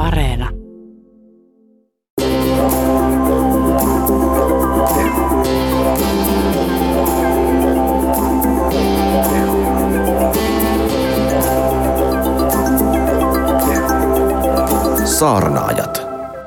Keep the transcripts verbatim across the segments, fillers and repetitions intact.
Areena. Saarnaajat.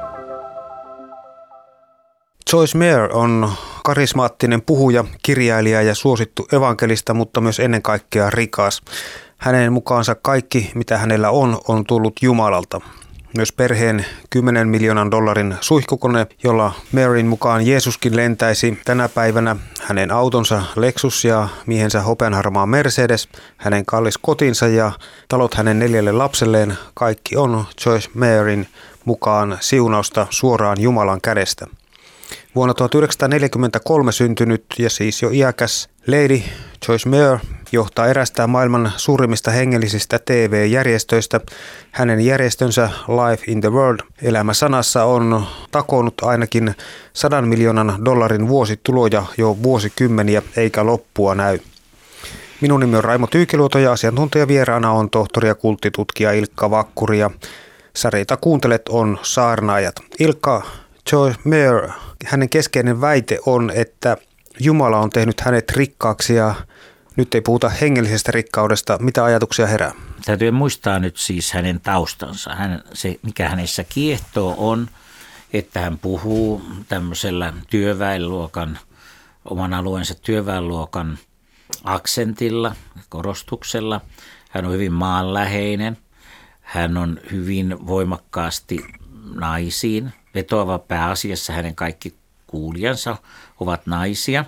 Joyce Meyer on karismaattinen puhuja, kirjailija ja suosittu evankelista, mutta myös ennen kaikkea rikas. Hänen mukaansa kaikki, mitä hänellä on, on tullut Jumalalta. Myös perheen kymmenen miljoonan dollarin suihkukone, jolla Meyerin mukaan Jeesuskin lentäisi tänä päivänä, hänen autonsa Lexus ja miehensä hopeanharmaa Mercedes, hänen kallis kotinsa ja talot hänen neljälle lapselleen, kaikki on Joyce Meyerin mukaan siunausta suoraan Jumalan kädestä. Vuonna tuhatyhdeksänsataaneljäkymmentäkolme syntynyt ja siis jo iäkäs Lady Joyce Meyer johtaa erästä maailman suurimmista hengellisistä T V-järjestöistä. Hänen järjestönsä Life in the World elämä sanassa on takonut ainakin sadan miljoonan dollarin vuosituloja jo vuosikymmeniä eikä loppua näy. Minun nimi on Raimo Tyykiluoto ja asiantuntijavieraana on tohtori ja kulttitutkija Ilkka Vakkuri ja sarjata kuuntelet on Saarnaajat. Ilkka, Joyce Meyer, hänen keskeinen väite on, että Jumala on tehnyt hänet rikkaaksi ja nyt ei puhuta hengellisestä rikkaudesta. Mitä ajatuksia herää? Täytyy muistaa nyt siis hänen taustansa. Hän, se, mikä hänessä kiehtoo on, että hän puhuu tämmöisellä työväenluokan, oman alueensa työväenluokan aksentilla, korostuksella. Hän on hyvin maanläheinen. Hän on hyvin voimakkaasti naisiin vetoava pääasiassa. Hänen kaikki kuulijansa ovat naisia.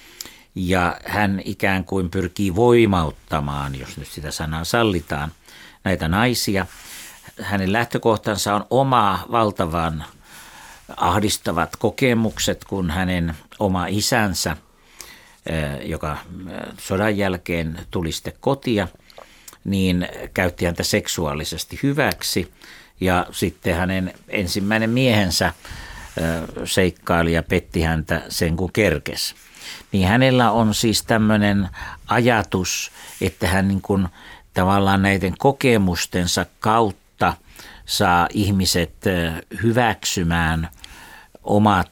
Ja hän ikään kuin pyrkii voimauttamaan, jos nyt sitä sanaa sallitaan, näitä naisia. Hänen lähtökohtansa on oma valtavan ahdistavat kokemukset, kun hänen oma isänsä, joka sodan jälkeen tuli sitten kotia, niin käytti häntä seksuaalisesti hyväksi. Ja sitten hänen ensimmäinen miehensä seikkaili ja petti häntä sen kun kerkesi. Niin hänellä on siis tämmöinen ajatus, että hän niin kuin tavallaan näiden kokemustensa kautta saa ihmiset hyväksymään omat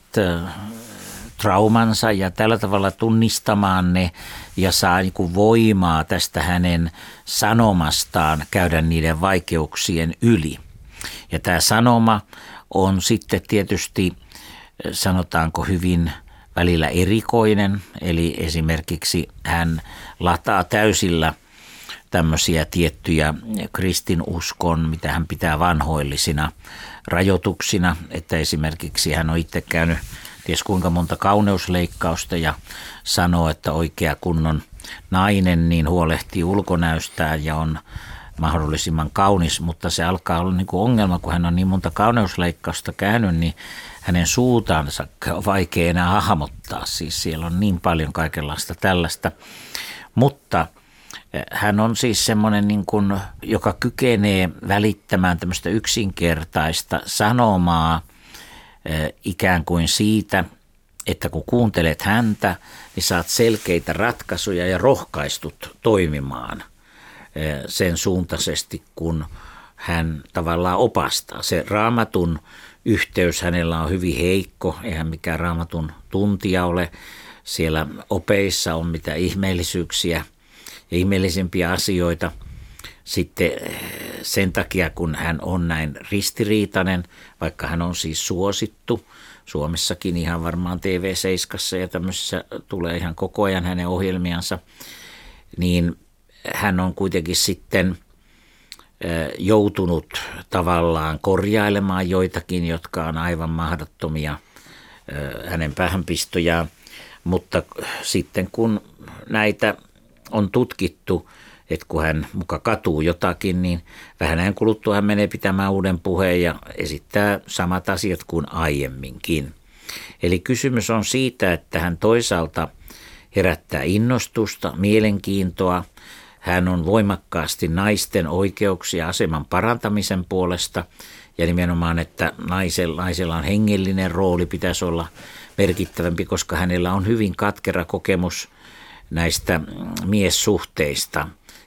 traumansa ja tällä tavalla tunnistamaan ne ja saa niin kuin voimaa tästä hänen sanomastaan käydä niiden vaikeuksien yli. Ja tämä sanoma on sitten tietysti, sanotaanko hyvin välillä erikoinen, eli esimerkiksi hän lataa täysillä tämmöisiä tiettyjä kristinuskon, mitä hän pitää vanhoillisina rajoituksina, että esimerkiksi hän on itse käynyt ties kuinka monta kauneusleikkausta ja sanoo, että oikea kunnon nainen niin huolehtii ulkonäöstään ja on mahdollisimman kaunis, mutta se alkaa olla niin kuin ongelma, kun hän on niin monta kauneusleikkausta käynyt, niin hänen suutaansa on vaikea enää hahmottaa. Siis siellä on niin paljon kaikenlaista tällaista, mutta hän on siis semmoinen, niin kuin, joka kykenee välittämään tämmöistä yksinkertaista sanomaa ikään kuin siitä, että kun kuuntelet häntä, niin saat selkeitä ratkaisuja ja rohkaistut toimimaan sen suuntaisesti, kun hän tavallaan opastaa. Se Raamatun yhteys hänellä on hyvin heikko, eihän mikään Raamatun tuntija ole. Siellä opeissa on mitä ihmeellisyyksiä ja ihmeellisempiä asioita. Sitten sen takia, kun hän on näin ristiriitainen, vaikka hän on siis suosittu, Suomessakin ihan varmaan T V seitsemässä ja tämmöisessä tulee ihan koko ajan hänen ohjelmiansa, niin hän on kuitenkin sitten joutunut tavallaan korjailemaan joitakin, jotka on aivan mahdottomia hänen päähänpistojaan, mutta sitten kun näitä on tutkittu, että kun hän muka katuu jotakin, niin vähän ajan kuluttua hän menee pitämään uuden puheen ja esittää samat asiat kuin aiemminkin. Eli kysymys on siitä, että hän toisaalta herättää innostusta, mielenkiintoa. Hän on voimakkaasti naisten oikeuksia aseman parantamisen puolesta ja nimenomaan, että naisella, naisella on hengellinen rooli, pitäisi olla merkittävämpi, koska hänellä on hyvin katkera kokemus näistä miessuhteista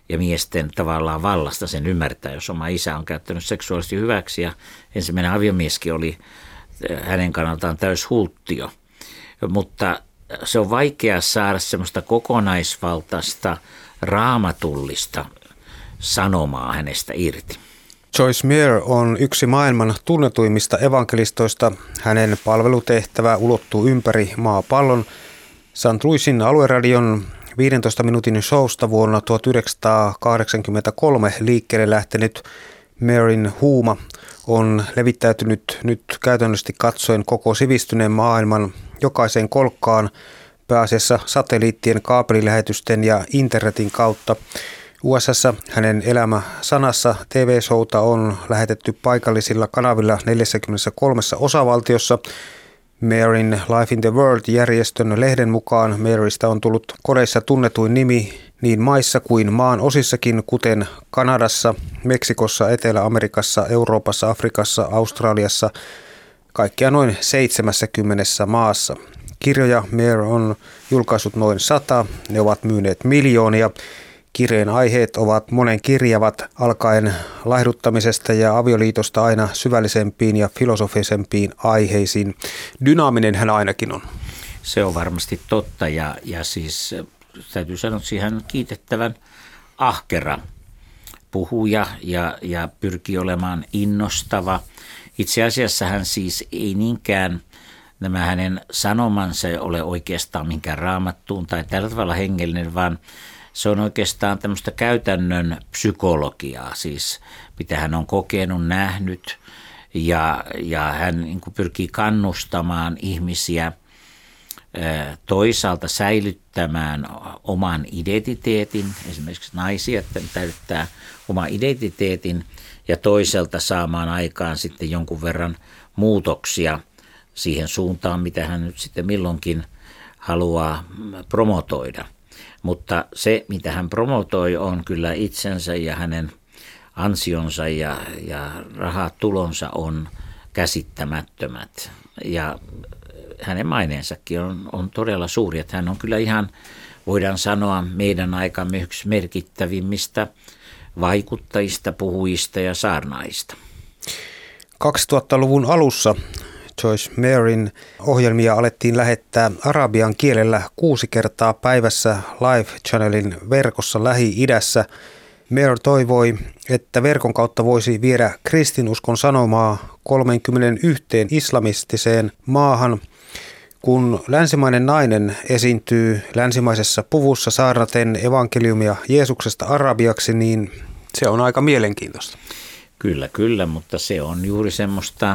ja miesten tavallaan vallasta sen ymmärtää, jos oma isä on käyttänyt seksuaalisesti hyväksi. Ja ensimmäinen aviomieskin oli hänen kannaltaan täyshulttio. Mutta se on vaikea saada semmoista kokonaisvaltaista raamatullista sanomaa hänestä irti. Joyce Meyer on yksi maailman tunnetuimmista evankelistoista. Hänen palvelutehtävä ulottuu ympäri maapallon. Saint Louisin alueradion viidentoista minuutin showsta vuonna tuhatyhdeksänsataakahdeksankymmentäkolme liikkeelle lähtenyt Meyerin huuma on levittäytynyt nyt käytännössä katsoen koko sivistyneen maailman jokaiseen kolkkaan, pääasiassa satelliittien, kaapelilähetysten ja internetin kautta. U S A:ssa hänen elämä sanassa T V-showta on lähetetty paikallisilla kanavilla neljässäkymmenessäkolmessa osavaltiossa. Meyerin Life in the World-järjestön lehden mukaan Meyeristä on tullut kodeissa tunnetuin nimi niin maissa kuin maan osissakin, kuten Kanadassa, Meksikossa, Etelä-Amerikassa, Euroopassa, Afrikassa, Australiassa, kaikkia noin seitsemässäkymmenessä maassa. Kirjoja Meyer on julkaissut noin sata, ne ovat myyneet miljoonia. Kirjeen aiheet ovat monen kirjavat, alkaen laihduttamisesta ja avioliitosta aina syvällisempiin ja filosofisempiin aiheisiin. Dynaaminen hän ainakin on. Se on varmasti totta ja, ja siis täytyy sanoa, että siihen on kiitettävän ahkera puhuja ja, ja pyrkii olemaan innostava. Itse asiassa hän siis ei niinkään nämä hänen sanomansa ole oikeastaan minkään raamattuun tai tällä tavalla hengellinen, vaan se on oikeastaan tämmöistä käytännön psykologiaa, siis mitä hän on kokenut, nähnyt ja, ja hän niin kuin pyrkii kannustamaan ihmisiä toisaalta säilyttämään oman identiteetin, esimerkiksi naisia, että täyttää oma identiteetin ja toisaalta saamaan aikaan sitten jonkun verran muutoksia siihen suuntaan, mitä hän nyt sitten milloinkin haluaa promotoida. Mutta se, mitä hän promotoi, on kyllä itsensä ja hänen ansionsa ja, ja rahatulonsa on käsittämättömät. Ja hänen maineensakin on, on todella suuri. Että hän on kyllä ihan, voidaan sanoa, meidän aikamme yksi merkittävimmistä vaikuttajista, puhujista ja saarnaajista. kaksituhattaluvun alussa Joyce Meyerin ohjelmia alettiin lähettää arabian kielellä kuusi kertaa päivässä Live Channelin verkossa Lähi-idässä. Meyer toivoi, että verkon kautta voisi viedä kristinuskon sanomaa kolmeenkymmeneenyhteen islamistiseen maahan. Kun länsimainen nainen esiintyy länsimaisessa puvussa saarnaten evankeliumia Jeesuksesta arabiaksi, niin se on aika mielenkiintoista. Kyllä, kyllä, mutta se on juuri semmoista,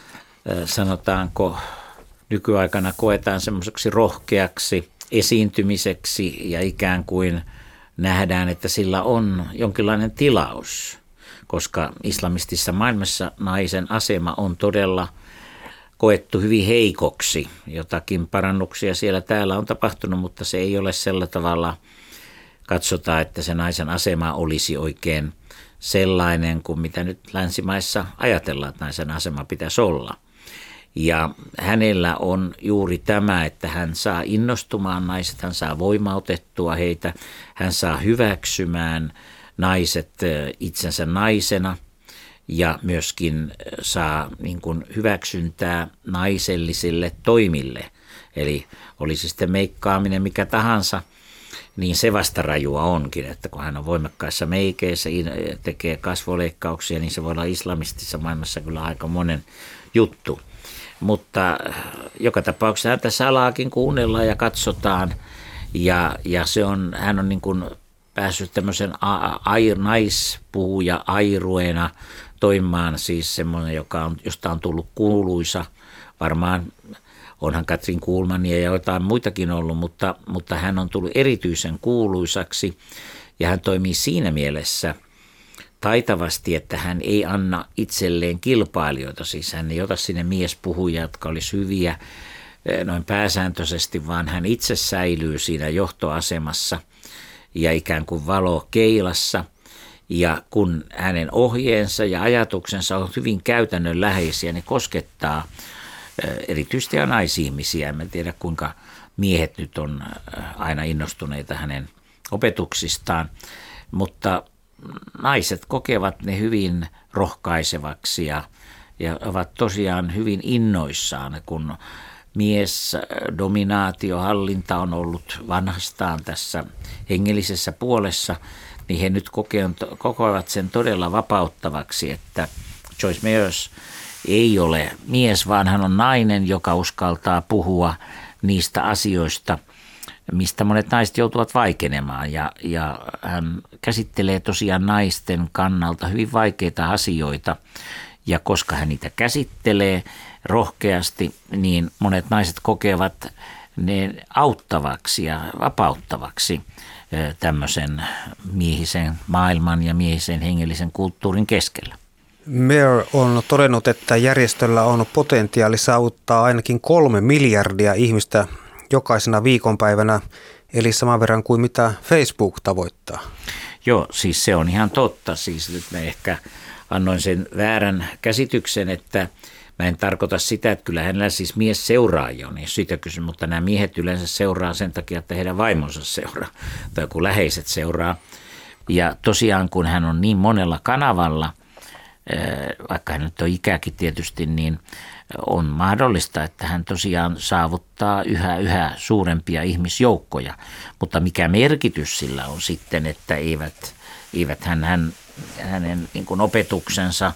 sanotaanko nykyaikana koetaan semmoiseksi rohkeaksi esiintymiseksi ja ikään kuin nähdään, että sillä on jonkinlainen tilaus, koska islamistissa maailmassa naisen asema on todella koettu hyvin heikoksi. Jotakin parannuksia siellä täällä on tapahtunut, mutta se ei ole sillä tavalla, katsotaan, että se naisen asema olisi oikein sellainen kuin mitä nyt länsimaissa ajatellaan, että naisen asema pitäisi olla. Ja hänellä on juuri tämä, että hän saa innostumaan naiset, hän saa voimautettua heitä, hän saa hyväksymään naiset itsensä naisena ja myöskin saa niin kuin hyväksyntää naisellisille toimille. Eli olisi sitten meikkaaminen mikä tahansa, niin se vasta rajua onkin, että kun hän on voimakkaissa meikeissä, tekee kasvoleikkauksia, niin se voi olla islamistissa maailmassa kyllä aika monen juttu. Mutta joka tapauksessa häntä salaakin kuunnellaan ja katsotaan ja, ja se on, hän on niin kuin päässyt tämmöisen air, naispuhuja airuena toimimaan, siis semmoinen, joka on, josta on tullut kuuluisa, varmaan onhan Katrin Kuhlmania ja jotain muitakin ollut, mutta, mutta hän on tullut erityisen kuuluisaksi ja hän toimii siinä mielessä taitavasti, että hän ei anna itselleen kilpailijoita, siis hän ei ota sinne miespuhujia, jotka olisi hyviä noin pääsääntöisesti, vaan hän itse säilyy siinä johtoasemassa ja ikään kuin valo keilassa. Ja kun hänen ohjeensa ja ajatuksensa on hyvin käytännönläheisiä, ne koskettaa erityisesti ja naisihmisiä. En tiedä, kuinka miehet nyt on aina innostuneita hänen opetuksistaan, mutta naiset kokevat ne hyvin rohkaisevaksi ja, ja ovat tosiaan hyvin innoissaan, kun miesdominaatiohallinta on ollut vanhastaan tässä hengellisessä puolessa, niin he nyt kokevat sen todella vapauttavaksi, että Joyce Meyers ei ole mies, vaan hän on nainen, joka uskaltaa puhua niistä asioista, mistä monet naiset joutuvat vaikenemaan. Ja, ja hän käsittelee tosiaan naisten kannalta hyvin vaikeita asioita. Ja koska hän niitä käsittelee rohkeasti, niin monet naiset kokevat ne auttavaksi ja vapauttavaksi tämmöisen miehisen maailman ja miehisen hengellisen kulttuurin keskellä. Meyer on todennut, että järjestöllä on potentiaali saavuttaa ainakin kolme miljardia ihmistä jokaisena viikonpäivänä, eli saman verran kuin mitä Facebook tavoittaa. Joo, siis se on ihan totta. Siis nyt mä ehkä annoin sen väärän käsityksen, että mä en tarkoita sitä, että kyllä hänellä siis mies seuraajia on, niin siitä kysyn, mutta nämä miehet yleensä seuraa sen takia, että heidän vaimonsa seuraa tai joku läheiset seuraa. Ja tosiaan kun hän on niin monella kanavalla, vaikka hän nyt on ikäkin tietysti, niin on mahdollista, että hän tosiaan saavuttaa yhä yhä suurempia ihmisjoukkoja. Mutta mikä merkitys sillä on sitten, että eivät, eivät hän, hän, hänen niin kuin opetuksensa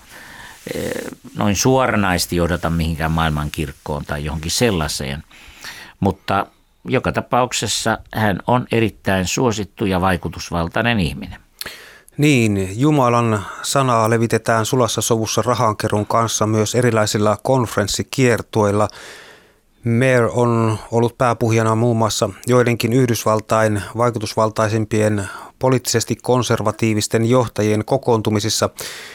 noin suoranaisesti johdata mihinkään maailmankirkkoon tai johonkin sellaiseen. Mutta joka tapauksessa hän on erittäin suosittu ja vaikutusvaltainen ihminen. Niin, Jumalan sanaa levitetään sulassa sovussa rahankerun kanssa myös erilaisilla konferenssikiertueilla. Meyer on ollut pääpuhujana muun muassa joidenkin Yhdysvaltain vaikutusvaltaisimpien poliittisesti konservatiivisten johtajien kokoontumisissa.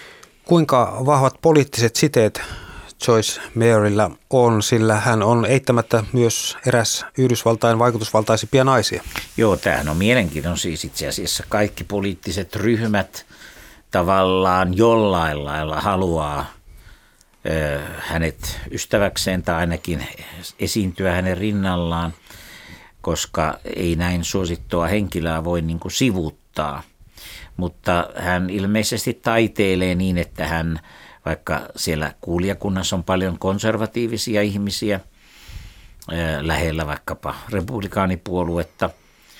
Kuinka vahvat poliittiset siteet Joyce Meyerillä on, sillä hän on eittämättä myös eräs Yhdysvaltain vaikutusvaltaisimpia naisia? Joo, tämähän on mielenkiintoinen. Siis itse asiassa kaikki poliittiset ryhmät tavallaan jollain lailla haluaa ö, hänet ystäväkseen tai ainakin esiintyä hänen rinnallaan, koska ei näin suosittua henkilöä voi niin kuin sivuuttaa. Mutta hän ilmeisesti taiteilee niin, että hän, vaikka siellä kuulijakunnassa on paljon konservatiivisia ihmisiä, lähellä vaikkapa republikaanipuoluetta.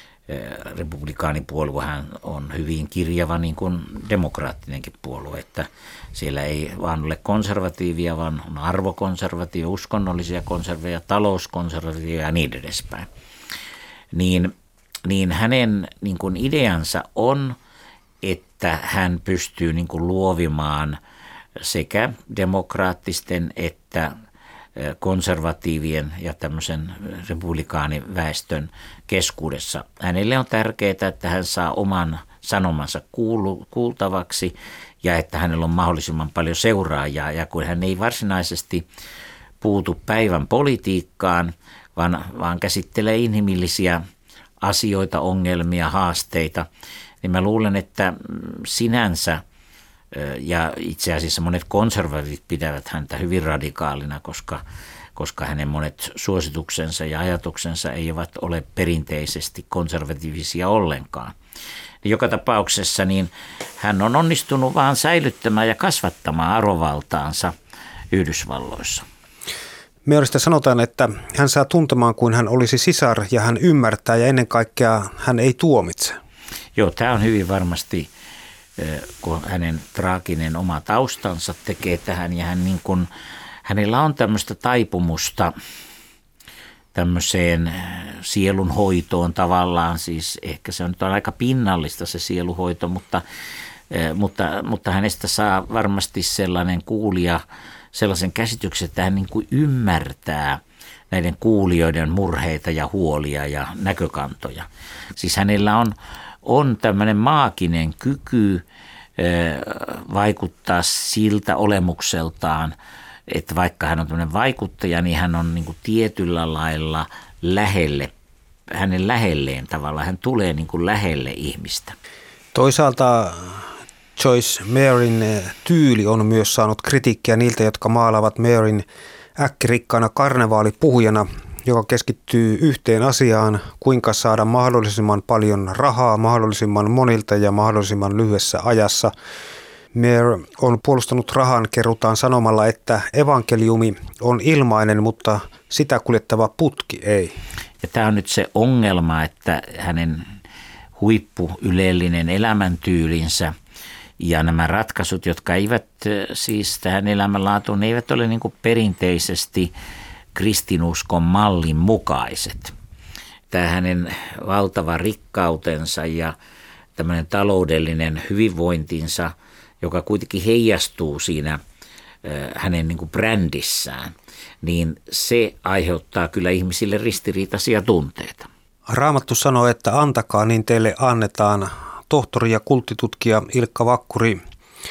Republikaanipuoluehan on hyvin kirjava niin kuin demokraattinenkin puolue, että siellä ei vaan ole konservatiivia, vaan on arvokonservatiivia, uskonnollisia konservatiivia, talouskonservatiivia ja niin edespäin. Niin, niin hänen niin kuin ideansa on, että hän pystyy niin kuin luovimaan sekä demokraattisten että konservatiivien ja tämmöisen republikaaniväestön keskuudessa. Hänelle on tärkeää, että hän saa oman sanomansa kuulu, kuultavaksi ja että hänellä on mahdollisimman paljon seuraajia. Ja kun hän ei varsinaisesti puutu päivän politiikkaan, vaan, vaan käsittelee inhimillisiä asioita, ongelmia, haasteita, niin mä luulen, että sinänsä ja itse asiassa monet konservatiivit pitävät häntä hyvin radikaalina, koska, koska hänen monet suosituksensa ja ajatuksensa eivät ole perinteisesti konservatiivisia ollenkaan. Joka tapauksessa niin hän on onnistunut vaan säilyttämään ja kasvattamaan arvovaltaansa Yhdysvalloissa. Meyeristä sanotaan, että hän saa tuntemaan kuin hän olisi sisar ja hän ymmärtää ja ennen kaikkea hän ei tuomitse. Joo, tämä on hyvin varmasti, kun hänen traaginen oma taustansa tekee tähän ja hän niin kuin, hänellä on tämmöistä taipumusta tämmöiseen sielunhoitoon tavallaan, siis ehkä se on nyt aika pinnallista se sielunhoito, mutta, mutta, mutta hänestä saa varmasti sellainen kuulija, sellaisen käsityksen, että hän niin kuin ymmärtää näiden kuulijoiden murheita ja huolia ja näkökantoja. Siis hänellä on, on tämmöinen maaginen kyky vaikuttaa siltä olemukseltaan, että vaikka hän on tämmöinen vaikuttaja, niin hän on niin kuin tietyllä lailla lähelle, hänen lähelleen tavallaan, hän tulee niin kuin lähelle ihmistä. Toisaalta Joyce Meyerin tyyli on myös saanut kritiikkiä niiltä, jotka maalaavat Meyerin äkkirikkaana karnevaalipuhujana. joka keskittyy yhteen asiaan, kuinka saada mahdollisimman paljon rahaa mahdollisimman monilta ja mahdollisimman lyhyessä ajassa. Meir on puolustanut rahan keruutaan sanomalla, että evankeliumi on ilmainen, mutta sitä kuljettava putki ei. Ja tämä on nyt se ongelma, että hänen huippuylellinen elämäntyylinsä ja nämä ratkaisut, jotka eivät siis tähän elämänlaatuun, ne eivät ole niin kuin perinteisesti kristinuskon mallin mukaiset. Tämä hänen valtava rikkautensa ja tämmöinen taloudellinen hyvinvointinsa, joka kuitenkin heijastuu siinä hänen niin kuin brändissään, niin se aiheuttaa kyllä ihmisille ristiriitaisia tunteita. Raamattu sanoo, että antakaa niin teille annetaan. Tohtori ja kulttitutkija Ilkka Vakkuri,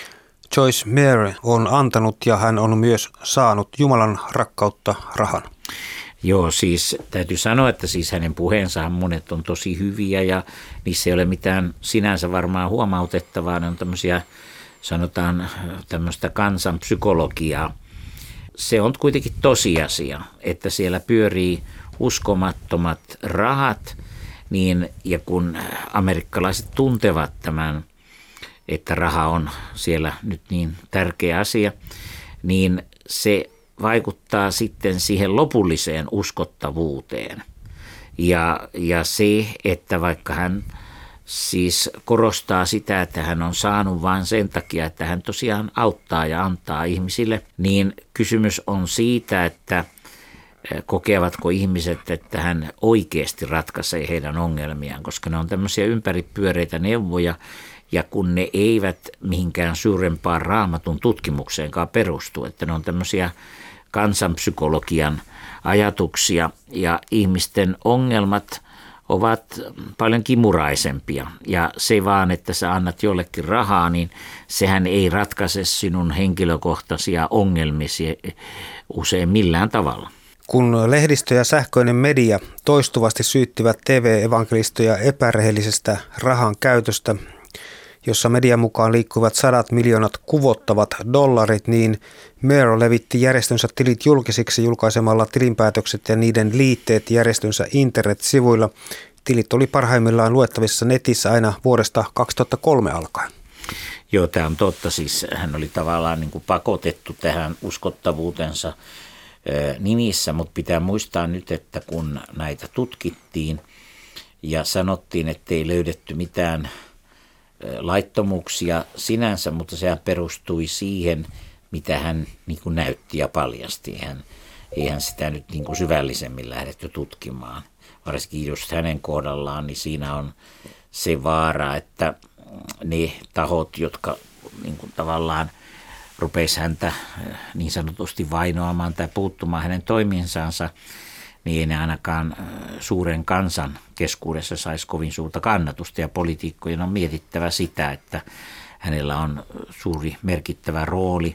Joyce Meir on antanut ja hän on myös saanut Jumalan rakkautta rahan. Joo, siis täytyy sanoa, että siis hänen puheensa monet on tosi hyviä ja niissä ei ole mitään sinänsä varmaan huomautettavaa. Ne on tämmöisiä, sanotaan tämmöistä kansanpsykologiaa. Se on kuitenkin tosiasia, että siellä pyörii uskomattomat rahat, niin, ja kun amerikkalaiset tuntevat tämän, että raha on siellä nyt niin tärkeä asia, niin se vaikuttaa sitten siihen lopulliseen uskottavuuteen. Ja, ja se, että vaikka hän siis korostaa sitä, että hän on saanut vain sen takia, että hän tosiaan auttaa ja antaa ihmisille, niin kysymys on siitä, että kokevatko ihmiset, että hän oikeasti ratkaisee heidän ongelmiaan, koska ne on tämmöisiä ympäripyöreitä neuvoja, ja kun ne eivät mihinkään suurempaan raamatun tutkimukseenkaan perustu, että ne on tämmöisiä kansanpsykologian ajatuksia, ja ihmisten ongelmat ovat paljon kimuraisempia, ja se vaan, että sä annat jollekin rahaa, niin sehän ei ratkaise sinun henkilökohtaisia ongelmisia usein millään tavalla. Kun lehdistö ja sähköinen media toistuvasti syyttivät T V-evankelistoja epärehellisestä rahan käytöstä, jossa median mukaan liikkuvat sadat miljoonat kuvottavat dollarit, niin Meir levitti järjestönsä tilit julkisiksi julkaisemalla tilinpäätökset ja niiden liitteet järjestönsä internet-sivuilla. Tilit oli parhaimmillaan luettavissa netissä aina vuodesta kaksituhattakolme alkaen. Joo, tämä on totta. Siis hän oli tavallaan niin kuin pakotettu tähän uskottavuutensa nimissä, mutta pitää muistaa nyt, että kun näitä tutkittiin ja sanottiin, että ei löydetty mitään laittomuuksia sinänsä, mutta sehän perustui siihen, mitä hän niin kuin näytti ja paljasti. Eihän, eihän sitä nyt niin kuin syvällisemmin lähdetty tutkimaan. Varsinkin just hänen kohdallaan, niin siinä on se vaara, että ne tahot, jotka niin kuin tavallaan rupeisi häntä niin sanotusti vainoamaan tai puuttumaan hänen toiminsansa, niin ei ne ainakaan suuren kansan keskuudessa saisi kovin suurta kannatusta. Ja poliitikkojen on mietittävä sitä, että hänellä on suuri merkittävä rooli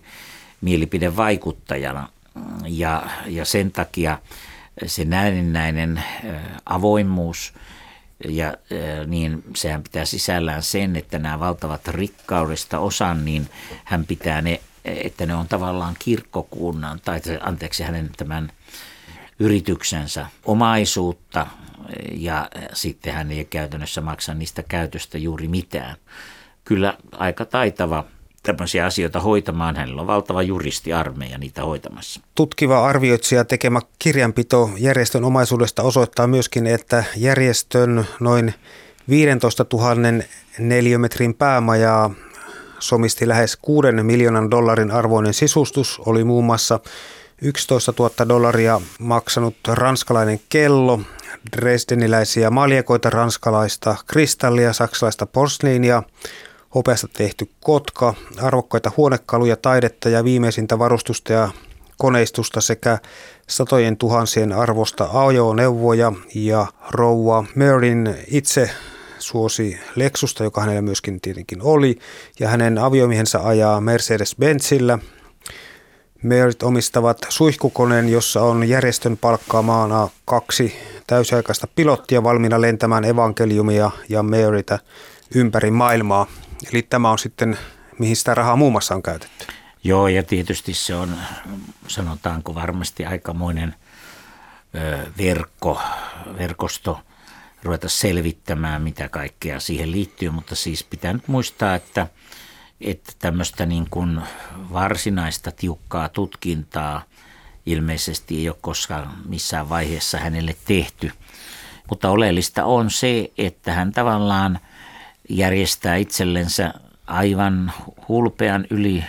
mielipidevaikuttajana. Ja, ja sen takia se näennäinen avoimuus, ja niin sehän pitää sisällään sen, että nämä valtavat rikkaudesta osan, niin hän pitää ne, että ne on tavallaan kirkkokunnan, tai anteeksi hänen tämän yrityksensä omaisuutta, ja sitten hän ei käytännössä maksa niistä käytöstä juuri mitään. Kyllä aika taitava tämmöisiä asioita hoitamaan. Hänellä on valtava juristiarmeija niitä hoitamassa. Tutkiva arvioitsija tekemä kirjanpito järjestön omaisuudesta osoittaa myöskin, että järjestön noin viisitoistatuhatta neliömetrin päämajaa somisti lähes kuuden miljoonan dollarin arvoinen sisustus, oli muun muassa yksitoistatuhatta dollaria maksanut ranskalainen kello, dresdeniläisiä maljakoita, ranskalaista kristallia, saksalaista porsliinia, hopeasta tehty kotka, arvokkaita huonekaluja, taidetta ja viimeisintä varustusta ja koneistusta sekä satojen tuhansien arvosta ajoneuvoja, ja rouva Meirin itse suosi Lexusta, joka hänellä myöskin tietenkin oli, ja hänen aviomiehensä ajaa Mercedes-Benzillä. Meirit omistavat suihkukoneen, jossa on järjestön palkkaamaana kaksi täysiaikaista pilottia valmiina lentämään evankeliumia ja Meiritä ympäri maailmaa. Eli tämä on sitten, mihin sitä rahaa muun muassa on käytetty. Joo, ja tietysti se on, sanotaanko varmasti aikamoinen verkko, verkosto ruveta selvittämään, mitä kaikkea siihen liittyy, mutta siis pitää nyt muistaa, että, että tämmöistä niin kuin varsinaista tiukkaa tutkintaa ilmeisesti ei ole koskaan missään vaiheessa hänelle tehty. Mutta oleellista on se, että hän tavallaan järjestää itsellensä aivan hulpean yli,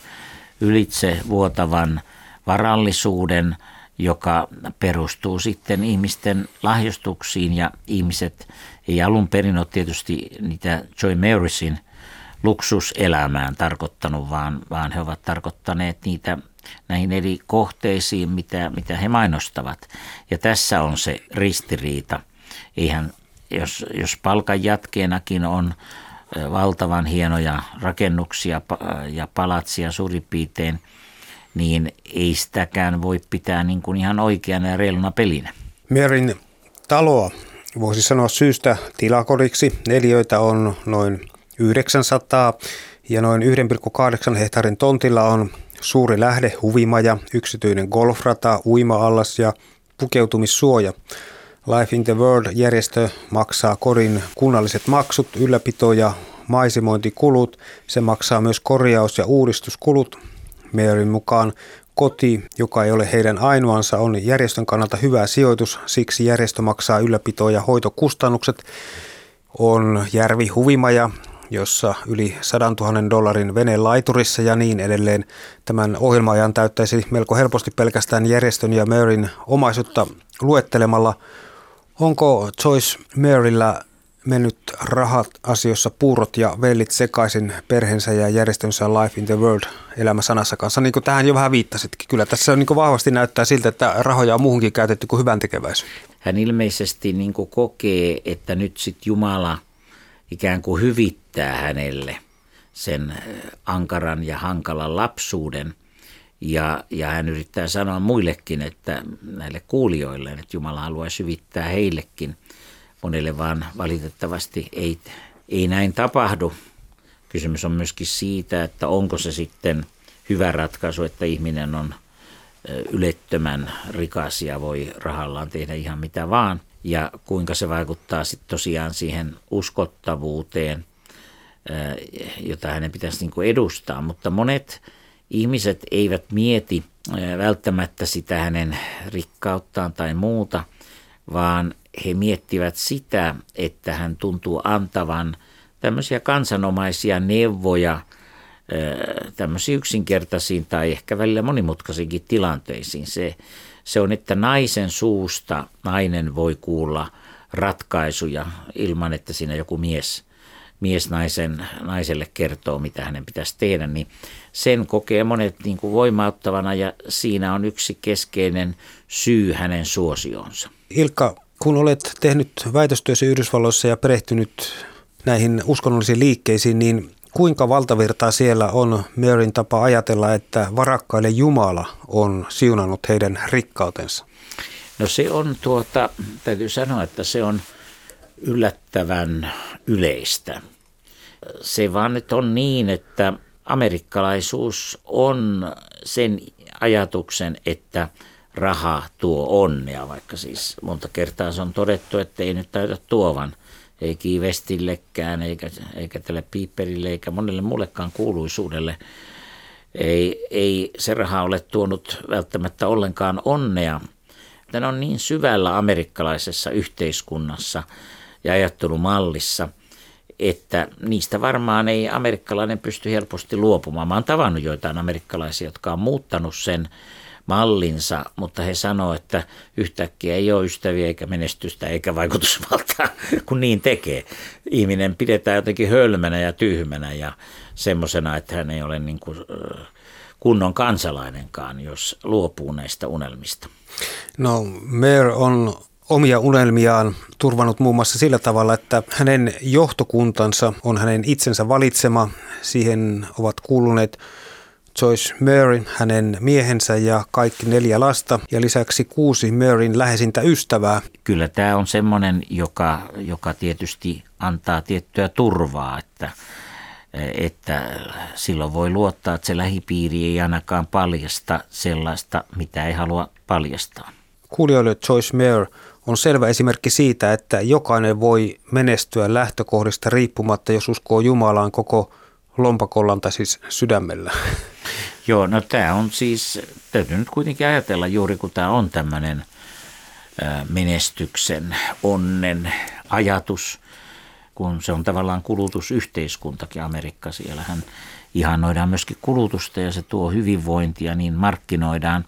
ylitse vuotavan varallisuuden, joka perustuu sitten ihmisten lahjoituksiin, ja ihmiset ei alun perin ole tietysti niitä Joy Marisin luksuselämään tarkoittanut, vaan, vaan he ovat tarkoittaneet niitä näihin eri kohteisiin, mitä, mitä he mainostavat. Ja tässä on se ristiriita. Eihän, jos, jos palkan jatkeenakin on valtavan hienoja rakennuksia ja palatsia suurin piirtein, niin ei sitäkään voi pitää niin kuin ihan oikeana ja reiluna pelinä. Maryn taloa voisi sanoa syystä tilakodiksi. Neliöitä on noin yhdeksänsataa ja noin yksi pilkku kahdeksan hehtaarin tontilla on suuri lähde, huvimaja, yksityinen golfrata, uima-allas ja pukeutumissuoja. Life in the World-järjestö maksaa kodin kunnalliset maksut, ylläpito- ja maisimointikulut. Se maksaa myös korjaus- ja uudistuskulut. Maryn mukaan koti, joka ei ole heidän ainoansa, on järjestön kannalta hyvä sijoitus. Siksi järjestö maksaa ylläpito- ja hoitokustannukset. On järvi huvimaja, jossa yli sadantuhannen dollarin vene laiturissa ja niin edelleen. Tämän ohjelma-ajan täyttäisi melko helposti pelkästään järjestön ja Maryn omaisuutta luettelemalla. Onko Joyce Maryllä mennyt rahat asioissa puurot ja vellit sekaisin perheensä ja järjestönsä Life in the World elämä sanassa kanssa? Niin kuin tähän jo vähän viittasitkin. Kyllä tässä niin kuin vahvasti näyttää siltä, että rahoja on muuhunkin käytetty kuin hyvän tekeväisyyteen. Hän ilmeisesti niin kuin kokee, että nyt sitten Jumala ikään kuin hyvittää hänelle sen ankaran ja hankalan lapsuuden. Ja, ja hän yrittää sanoa muillekin, että näille kuulijoille, että Jumala haluaa hyvittää heillekin. Monelle vaan valitettavasti ei, ei näin tapahdu. Kysymys on myöskin siitä, että onko se sitten hyvä ratkaisu, että ihminen on ylettömän rikas ja voi rahallaan tehdä ihan mitä vaan. Ja kuinka se vaikuttaa sitten tosiaan siihen uskottavuuteen, jota hänen pitäisi niin kuin edustaa. Mutta monet ihmiset eivät mieti välttämättä sitä hänen rikkauttaan tai muuta, vaan he miettivät sitä, että hän tuntuu antavan tämmöisiä kansanomaisia neuvoja tämmöisiin yksinkertaisiin tai ehkä välillä monimutkaisiinkin tilanteisiin. Se, se on, että naisen suusta nainen voi kuulla ratkaisuja ilman, että siinä joku mies, mies naisen, naiselle kertoo, mitä hänen pitäisi tehdä, niin sen kokee monet niin kuin voimauttavana ja siinä on yksi keskeinen syy hänen suosionsa. Ilkka, kun olet tehnyt väitöstyösi Yhdysvalloissa ja perehtynyt näihin uskonnollisiin liikkeisiin, niin kuinka valtavirtaa siellä on Maryn tapa ajatella, että varakkaille Jumala on siunannut heidän rikkautensa? No se on tuota, täytyy sanoa, että se on yllättävän yleistä. Se vaan nyt on niin, että amerikkalaisuus on sen ajatuksen, että raha tuo onnea, vaikka siis monta kertaa se on todettu, että ei nyt täytä tuovan. Ei kiivestillekään, eikä, eikä tälle piipperille, eikä monelle muullekaan kuuluisuudelle. Ei, ei se raha ole tuonut välttämättä ollenkaan onnea. Tämä on niin syvällä amerikkalaisessa yhteiskunnassa ja ajattelumallissa, että niistä varmaan ei amerikkalainen pysty helposti luopumaan. Mä oon tavannut joitain amerikkalaisia, jotka on muuttanut sen mallinsa, mutta he sanoo, että yhtäkkiä ei ole ystäviä eikä menestystä eikä vaikutusvaltaa, kun niin tekee. Ihminen pidetään jotenkin hölmänä ja tyhmänä ja semmoisena, että hän ei ole niin kuin kunnon kansalainenkaan, jos luopuu näistä unelmista. No, Mary on omia unelmiaan turvannut muun muassa sillä tavalla, että hänen johtokuntansa on hänen itsensä valitsema. Siihen ovat kuuluneet Joyce Mary, hänen miehensä ja kaikki neljä lasta ja lisäksi kuusi Maryn läheisintä ystävää. Kyllä tämä on semmoinen, joka, joka tietysti antaa tiettyä turvaa, että, että silloin voi luottaa, että se lähipiiri ei ainakaan paljasta sellaista, mitä ei halua paljastaa. Kuulijoille Joyce Meyer on selvä esimerkki siitä, että jokainen voi menestyä lähtökohdista riippumatta, jos uskoo Jumalaan koko lompakollaan tai siis sydämellä. Joo, no tämä on siis, täytyy nyt kuitenkin ajatella juuri kun tämä on tämmöinen menestyksen, onnen ajatus, kun se on tavallaan kulutusyhteiskuntakin Amerikka. Siellähän ihannoidaan myöskin kulutusta ja se tuo hyvinvointia, niin markkinoidaan.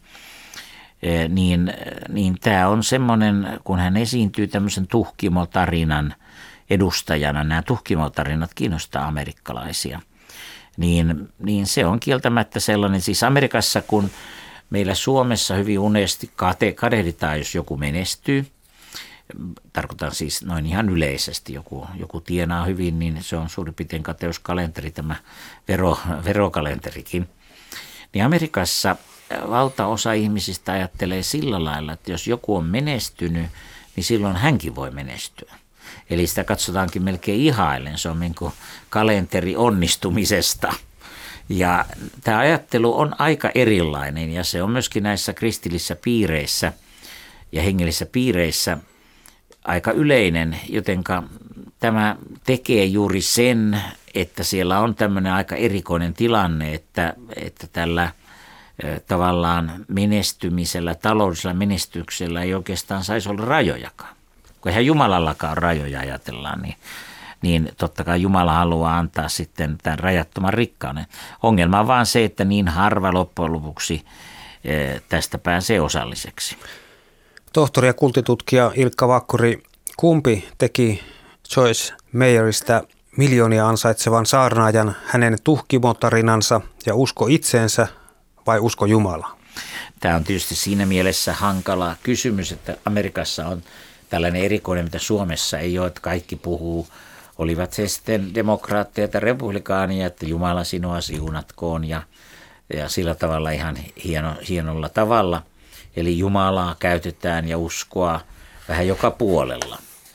Niin, niin tämä on semmoinen, kun hän esiintyy tämmöisen tuhkimotarinan edustajana, nämä tuhkimotarinat kiinnostaa amerikkalaisia. Niin, niin se on kieltämättä sellainen, siis Amerikassa kun meillä Suomessa hyvin unesti kate, kadehditaan, jos joku menestyy, tarkoitan siis noin ihan yleisesti, joku, joku tienaa hyvin, niin se on suurin piirtein kateuskalenteri, tämä vero, verokalenterikin. Niin Amerikassa valtaosa ihmisistä ajattelee sillä lailla, että jos joku on menestynyt, niin silloin hänkin voi menestyä. Eli sitä katsotaankin melkein ihaillen, se on niin kuin kalenteri onnistumisesta. Ja tämä ajattelu on aika erilainen ja se on myöskin näissä kristillisissä piireissä ja hengellisissä piireissä aika yleinen, jotenka tämä tekee juuri sen, että siellä on tämmöinen aika erikoinen tilanne, että, että tällä tavallaan menestymisellä, taloudellisella menestyksellä ei oikeastaan saisi olla rajojakaan. Kun eihän Jumalallakaan rajoja ajatellaan, niin, niin totta kai Jumala haluaa antaa sitten tämän rajattoman rikkauden. Ongelma on vaan se, että niin harva loppujen lopuksi tästä pääsee osalliseksi. Tohtori ja kultitutkija Ilkka Vakkuri, kumpi teki Joyce Meyeristä miljoonia ansaitsevan saarnaajan, hänen tuhkimotarinansa ja usko itseensä vai usko Jumalaa? Tämä on tietysti siinä mielessä hankala kysymys, että Amerikassa on tällainen erikoinen, mitä Suomessa ei ole, että kaikki puhuu, olivat se sitten demokraatteja tai republikaania, että Jumala sinua siunatkoon ja, ja sillä tavalla ihan hieno, hienolla tavalla. Eli Jumalaa käytetään ja uskoa vähän joka puolella.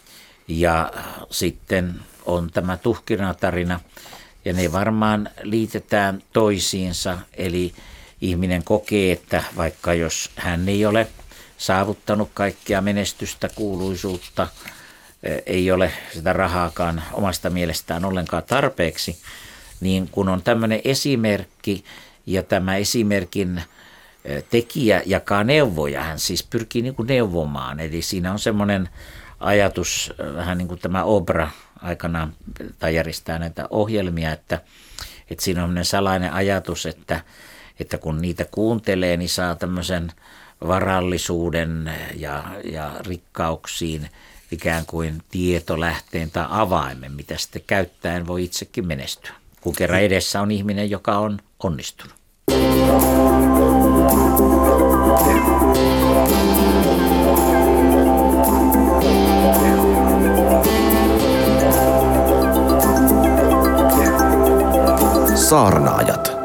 Ja sitten on tämä tuhkinatarina ja ne varmaan liitetään toisiinsa, eli ihminen kokee, että vaikka jos hän ei ole saavuttanut kaikkia menestystä, kuuluisuutta, ei ole sitä rahaakaan omasta mielestään ollenkaan tarpeeksi, niin kun on tämmöinen esimerkki ja tämä esimerkin tekijä jakaa neuvoja, hän siis pyrkii niin kuin neuvomaan, eli siinä on semmoinen ajatus, vähän niin kuin tämä Oprah aikanaan tai järjestää näitä ohjelmia, että, että siinä on semmoinen salainen ajatus, että, että kun niitä kuuntelee, niin saa tämmöisen varallisuuden ja, ja rikkauksiin ikään kuin tietolähteen tai avaimen, mitä sitten käyttäen voi itsekin menestyä, kun kerran edessä on ihminen, joka on onnistunut. Saarnaajat.